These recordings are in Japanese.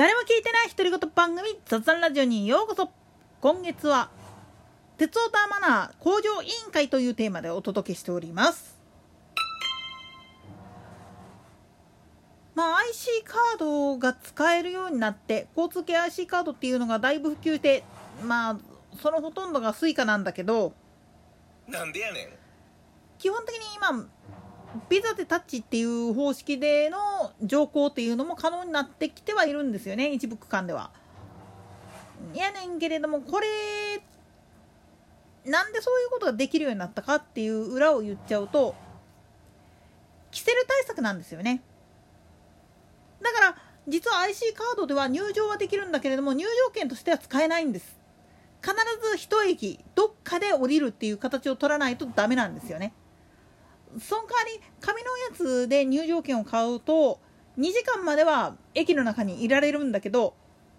誰も聞いてない独り言番組雑談ラジオにようこそ。今月は鉄オタマナー向上委員会というテーマでお届けしております。IC カードが使えるようになって、交通系 IC カードっていうのがだいぶ普及して、そのほとんどがスイカなんだけど、 なんでやねん。 基本的に今ビザでタッチっていう方式での乗降っていうのも可能になってきてはいるんですよね、一部区間では。やねんけれども、これなんでそういうことができるようになったかっていう裏を言っちゃうと、キセル対策なんですよね。だから実は IC カードでは入場はできるんだけれども、入場券としては使えないんです。必ず一駅どっかで降りるっていう形を取らないとダメなんですよね。その代わり紙のやつで入場券を買うと2時間までは駅の中にいられるんだけど、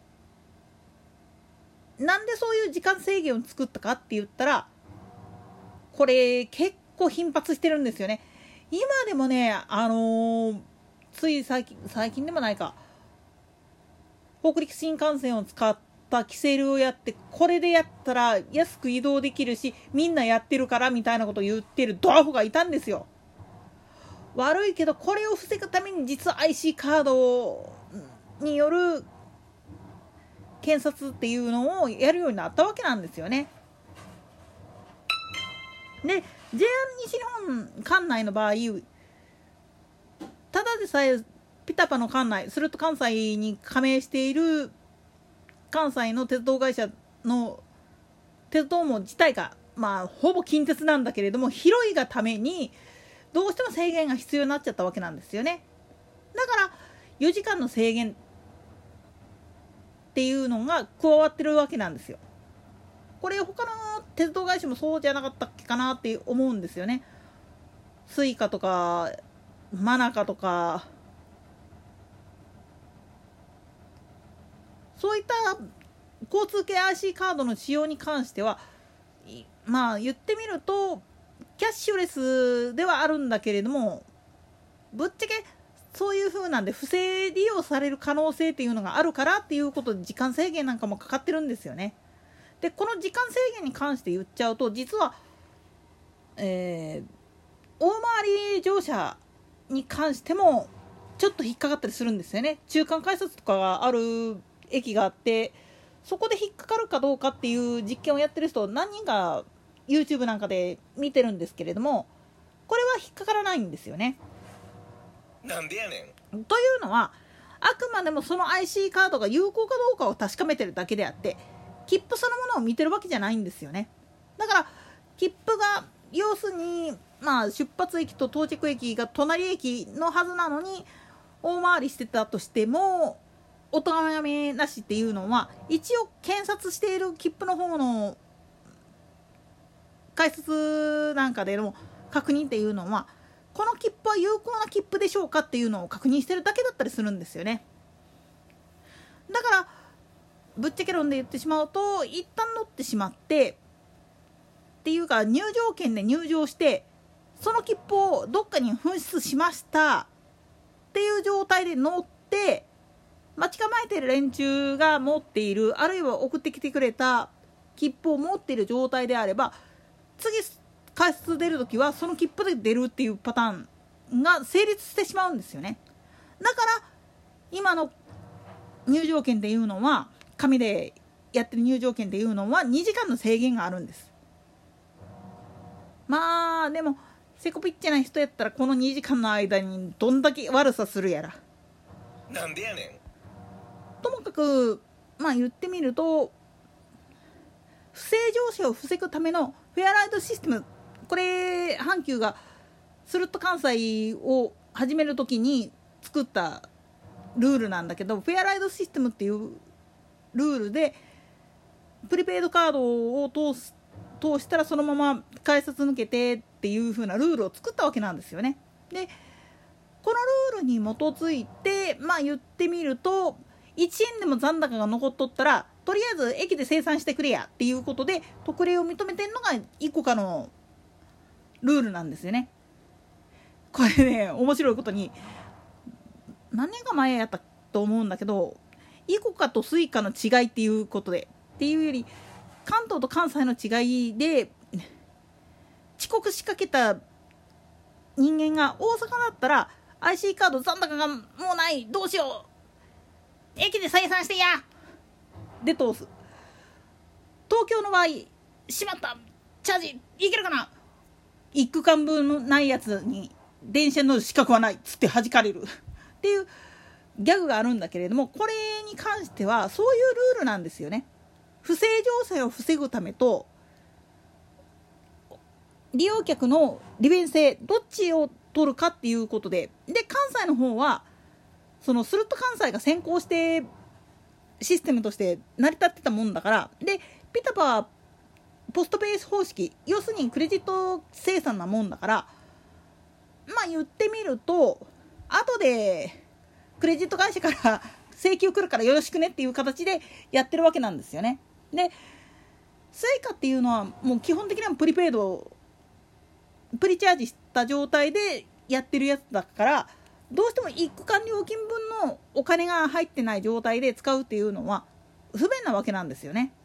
なんでそういう時間制限を作ったかって言ったら、これ結構頻発してるんですよね。今でもね、つい最近でもないか、北陸新幹線を使ったキセルをやって、これでやったら安く移動できるしみんなやってるからみたいなことを言ってるドアホがいたんですよ。悪いけどこれを防ぐために実は IC カードによる検察っていうのをやるようになったわけなんですよね。で JR 西日本管内の場合、ただでさえピタパの管内、すると関西に加盟している関西の鉄道会社の鉄道網自体がほぼ近鉄なんだけれども、広いがためにどうしても制限が必要になっちゃったわけなんですよね。だから4時間の制限っていうのが加わってるわけなんですよ。これ他の鉄道会社もそうじゃなかったっけかなって思うんですよね。スイカとかマナカとか、そういった交通系 IC カードの使用に関しては、言ってみるとキャッシュレスではあるんだけれども、ぶっちゃけそういう風なんで不正利用される可能性っていうのがあるからっていうことで時間制限なんかもかかってるんですよね。でこの時間制限に関して言っちゃうと、実は、大回り乗車に関してもちょっと引っかかったりするんですよね。中間改札とかがある駅があって、そこで引っかかるかどうかっていう実験をやってる人何人か YouTube なんかで見てるんですけれども、これは引っかからないんですよね。 なんでやねん。 というのは、あくまでもその IC カードが有効かどうかを確かめてるだけであって、切符そのものを見てるわけじゃないんですよね。だから切符が要するに、出発駅と到着駅が隣駅のはずなのに大回りしてたとしてもお咎めなしっていうのは、一応検察している切符の方の改札なんかでの確認っていうのは、この切符は有効な切符でしょうかっていうのを確認してるだけだったりするんですよね。だからぶっちゃけ論で言ってしまうと、一旦乗ってしまってっていうか、入場券で入場してその切符をどっかに紛失しましたっていう状態で乗って、待ち構えている連中が持っている、あるいは送ってきてくれた切符を持っている状態であれば、次改札出るときはその切符で出るっていうパターンが成立してしまうんですよね。だから今の入場券っていうのは、紙でやってる入場券っていうのは2時間の制限があるんです。でもセコピッチな人やったらこの2時間の間にどんだけ悪さするやら。 なんでやねん。 ともかく言ってみると、不正乗車を防ぐためのフェアライドシステム、これ阪急がスルッと関西を始めるときに作ったルールなんだけど、フェアライドシステムっていうルールでプリペイドカードを通したらそのまま改札抜けてっていう風なルールを作ったわけなんですよね。でこのルールに基づいて言ってみると、1円でも残高が残っとったらとりあえず駅で清算してくれやっていうことで特例を認めてるのが1個かのルールなんですよね。これね、面白いことに何年か前やったと思うんだけど、 イコカとスイカの違いっていうことでっていうより、関東と関西の違いで遅刻しかけた人間が大阪だったら IC カード残高がもうない、どうしよう、駅で再三してやで通す。東京の場合、しまった、チャージいけるかな、1区間分のないやつに電車に乗る資格はないっつって弾かれるっていうギャグがあるんだけれども、これに関してはそういうルールなんですよね。不正乗車を防ぐためと利用客の利便性、どっちを取るかっていうことで、関西の方はそのスルット関西が先行してシステムとして成り立ってたもんだから、でピタパはポストベース方式、要するにクレジット生産なもんだから、まあ言ってみると後でクレジット会社から請求来るからよろしくねっていう形でやってるわけなんですよね。でスイカっていうのはもう基本的にはプリペイド、プリチャージした状態でやってるやつだから、どうしても1区間料金分のお金が入ってない状態で使うっていうのは不便なわけなんですよね。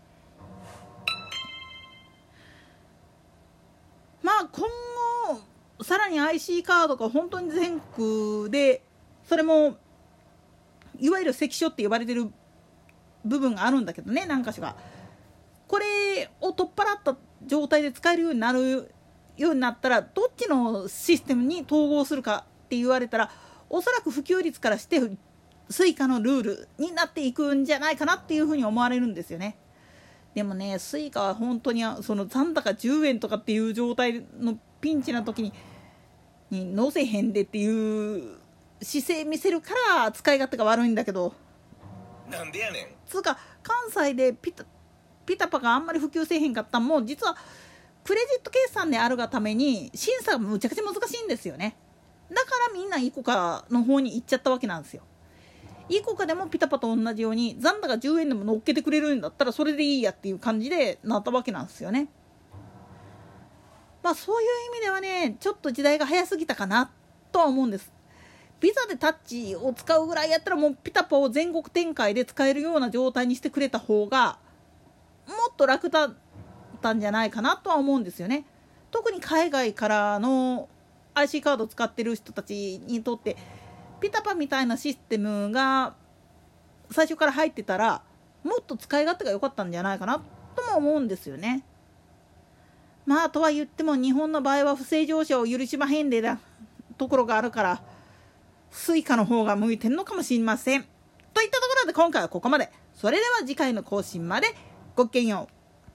まあ今後さらに IC カードが本当に全国で、それもいわゆる関所って呼ばれてる部分があるんだけどね、何か所かこれを取っ払った状態で使えるようになったら、どっちのシステムに統合するかって言われたら、おそらく普及率からしてスイカのルールになっていくんじゃないかなっていうふうに思われるんですよね。でもね、スイカは本当にその残高10円とかっていう状態のピンチな時に乗せへんでっていう姿勢見せるから使い勝手が悪いんだけど、 なんでやねんつうか関西でピタパがあんまり普及せえへんかったんも、実はクレジット決済であるがために審査がむちゃくちゃ難しいんですよね。だからみんなイコカの方に行っちゃったわけなんですよ。イコカでもピタパと同じように残高10円でも乗っけてくれるんだったらそれでいいやっていう感じでなったわけなんですよね。まあそういう意味ではね、ちょっと時代が早すぎたかなとは思うんです。ビザでタッチを使うぐらいやったら、もうピタパを全国展開で使えるような状態にしてくれた方がもっと楽だったんじゃないかなとは思うんですよね。特に海外からの IC カードを使ってる人たちにとってピタパみたいなシステムが最初から入ってたら、もっと使い勝手が良かったんじゃないかなとも思うんですよね。まあとは言っても日本の場合は不正乗車を許しまへんでなところがあるから、スイカの方が向いてんのかもしれません。といったところで今回はここまで。それでは次回の更新までごきげんよう。